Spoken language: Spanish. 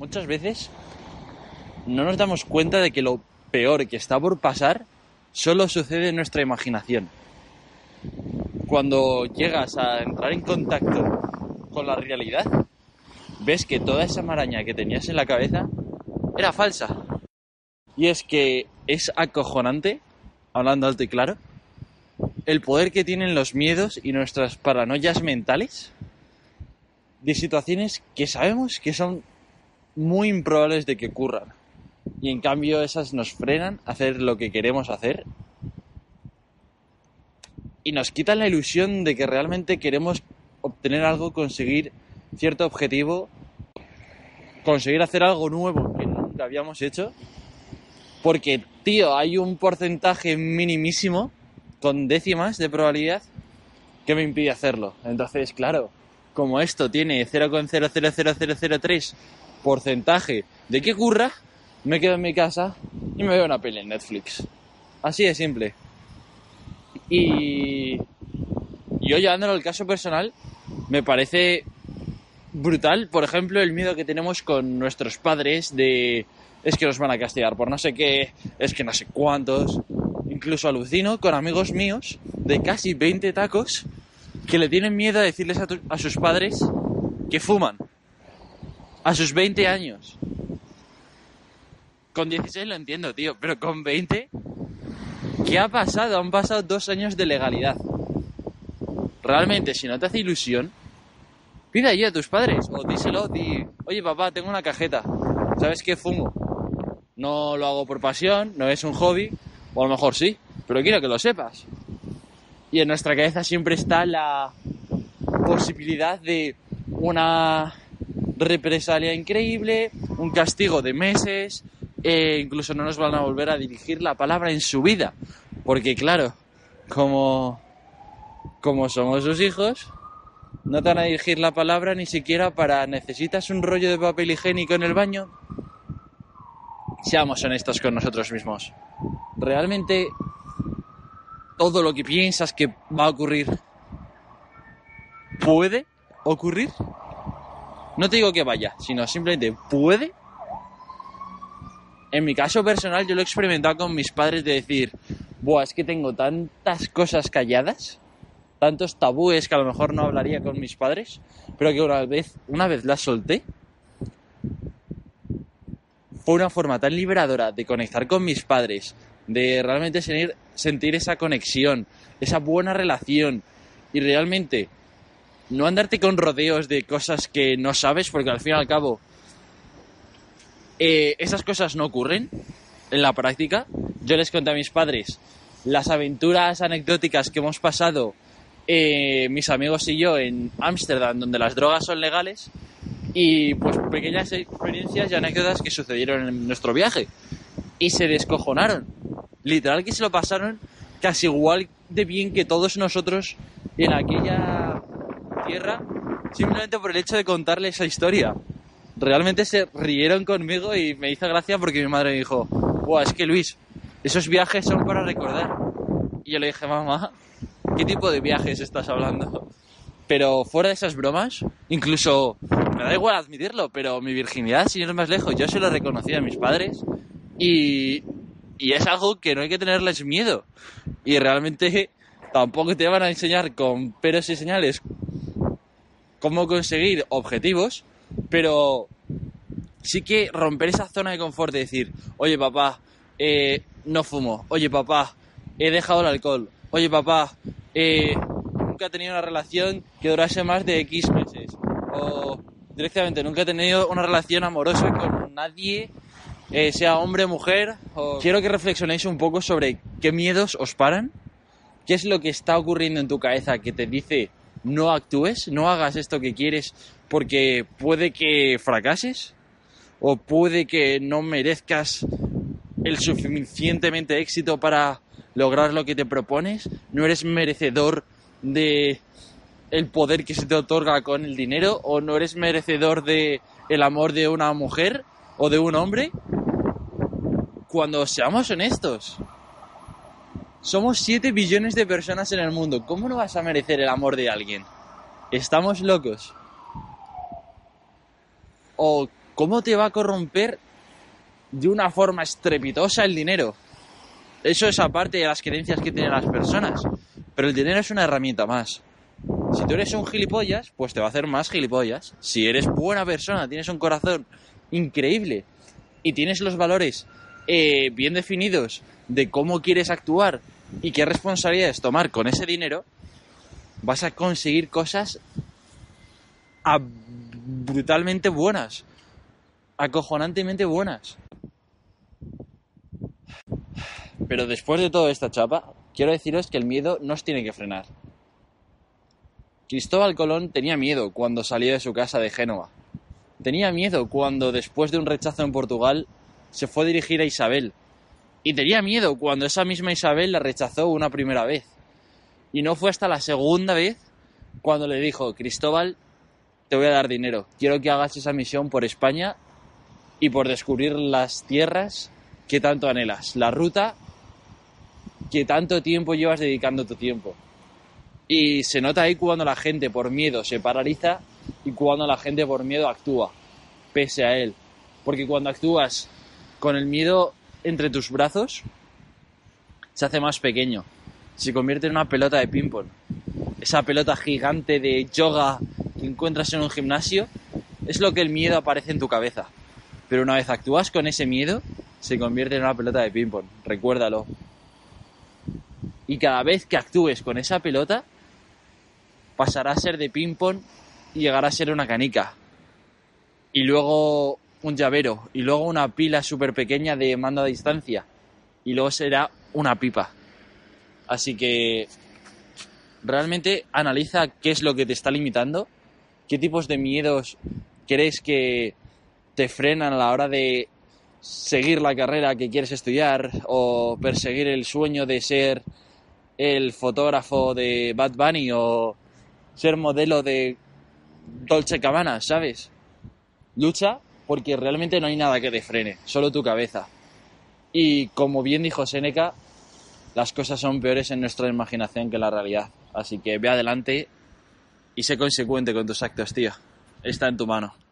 muchas veces no nos damos cuenta de que lo peor que está por pasar solo sucede en nuestra imaginación. Cuando llegas a entrar en contacto con la realidad, ves que toda esa maraña que tenías en la cabeza era falsa. Y es que es acojonante, hablando alto y claro, el poder que tienen los miedos y nuestras paranoias mentales de situaciones que sabemos que son muy improbables de que ocurran. Y en cambio esas nos frenan a hacer lo que queremos hacer y nos quitan la ilusión de que realmente queremos obtener algo, conseguir cierto objetivo, conseguir hacer algo nuevo que nunca habíamos hecho. Porque, tío, hay un porcentaje minimísimo, con décimas de probabilidad, que me impide hacerlo. Entonces, claro, como esto tiene 0,00003 porcentaje de que ocurra, me quedo en mi casa y me veo una peli en Netflix. Así de simple. Y yo, llevándolo al caso personal, me parece brutal, por ejemplo, el miedo que tenemos con nuestros padres de... es que nos van a castigar por no sé qué, es que no sé cuántos. Incluso alucino con amigos míos de casi 20 tacos que le tienen miedo a decirles a sus padres que fuman. A sus 20 años. Con 16 lo entiendo, tío, pero con 20... ¿qué ha pasado? Han pasado 2 años de legalidad. Realmente, si no te hace ilusión, pide ayuda a tus padres o díselo, oye papá, tengo una cajeta, ¿sabes qué fumo? No lo hago por pasión, no es un hobby, o a lo mejor sí, pero quiero que lo sepas. Y en nuestra cabeza siempre está la posibilidad de una represalia increíble, un castigo de meses, incluso no nos van a volver a dirigir la palabra en su vida. Porque claro, como somos sus hijos, no te van a dirigir la palabra ni siquiera para ¿necesitas un rollo de papel higiénico en el baño? Seamos honestos con nosotros mismos. ¿Realmente todo lo que piensas que va a ocurrir puede ocurrir? No te digo que vaya, sino simplemente puede. En mi caso personal yo lo he experimentado con mis padres de decir, buah, es que tengo tantas cosas calladas, tantos tabúes que a lo mejor no hablaría con mis padres, pero que una vez las solté, fue una forma tan liberadora de conectar con mis padres, de realmente sentir esa conexión, esa buena relación y realmente no andarte con rodeos de cosas que no sabes, porque al fin y al cabo esas cosas no ocurren en la práctica. Yo les conté a mis padres las aventuras anecdóticas que hemos pasado mis amigos y yo en Ámsterdam, donde las drogas son legales, y pues pequeñas experiencias y anécdotas que sucedieron en nuestro viaje y se descojonaron, literal que se lo pasaron casi igual de bien que todos nosotros en aquella tierra, simplemente por el hecho de contarle esa historia. Realmente se rieron conmigo y me hizo gracia porque mi madre me dijo, buah, es que Luis, esos viajes son para recordar. Y yo le dije, mamá, ¿qué tipo de viajes estás hablando? Pero fuera de esas bromas, incluso me da igual admitirlo, pero mi virginidad, sin ir más lejos, yo se lo reconocí a mis padres y es algo que no hay que tenerles miedo. Y realmente tampoco te van a enseñar con peros y señales cómo conseguir objetivos, pero sí que romper esa zona de confort de decir, oye papá, no fumo, oye papá, he dejado el alcohol, oye papá, nunca he tenido una relación que durase más de X meses, o directamente nunca he tenido una relación amorosa con nadie, sea hombre o mujer. Quiero que reflexionéis un poco sobre qué miedos os paran, qué es lo que está ocurriendo en tu cabeza que te dice no actúes, no hagas esto que quieres porque puede que fracases o puede que no merezcas el suficientemente éxito para lograr lo que te propones, no eres merecedor de el poder que se te otorga con el dinero, o no eres merecedor de el amor de una mujer o de un hombre. Cuando seamos honestos, somos 7 billones de personas en el mundo. ¿Cómo no vas a merecer el amor de alguien? ¿Estamos locos? ¿O ¿cómo te va a corromper de una forma estrepitosa el dinero? Eso es aparte de las creencias que tienen las personas. Pero el dinero es una herramienta más. Si tú eres un gilipollas, pues te va a hacer más gilipollas. Si eres buena persona, tienes un corazón increíble y tienes los valores bien definidos de cómo quieres actuar y qué responsabilidades tomar con ese dinero, vas a conseguir cosas brutalmente buenas, acojonantemente buenas. Pero después de toda esta chapa, quiero deciros que el miedo no os tiene que frenar. Cristóbal Colón tenía miedo cuando salió de su casa de Génova. Tenía miedo cuando, después de un rechazo en Portugal, se fue a dirigir a Isabel. Y tenía miedo cuando esa misma Isabel la rechazó una primera vez. Y no fue hasta la segunda vez cuando le dijo: Cristóbal, te voy a dar dinero. Quiero que hagas esa misión por España y por descubrir las tierras que tanto anhelas. La ruta que tanto tiempo llevas dedicando tu tiempo. Y se nota ahí cuando la gente por miedo se paraliza y cuando la gente por miedo actúa, pese a él. Porque cuando actúas con el miedo entre tus brazos, se hace más pequeño. Se convierte en una pelota de ping-pong. Esa pelota gigante de yoga que encuentras en un gimnasio es lo que el miedo aparece en tu cabeza. Pero una vez actúas con ese miedo, se convierte en una pelota de ping-pong. Recuérdalo. Y cada vez que actúes con esa pelota, pasará a ser de ping-pong y llegará a ser una canica. Y luego un llavero. Y luego una pila súper pequeña de mando a distancia. Y luego será una pipa. Así que realmente analiza qué es lo que te está limitando. ¿Qué tipos de miedos crees que te frenan a la hora de seguir la carrera que quieres estudiar o perseguir el sueño de ser el fotógrafo de Bad Bunny o ser modelo de Dolce Gabbana, ¿sabes? Lucha porque realmente no hay nada que te frene, solo tu cabeza. Y como bien dijo Séneca, las cosas son peores en nuestra imaginación que en la realidad. Así que ve adelante y sé consecuente con tus actos, tío. Está en tu mano.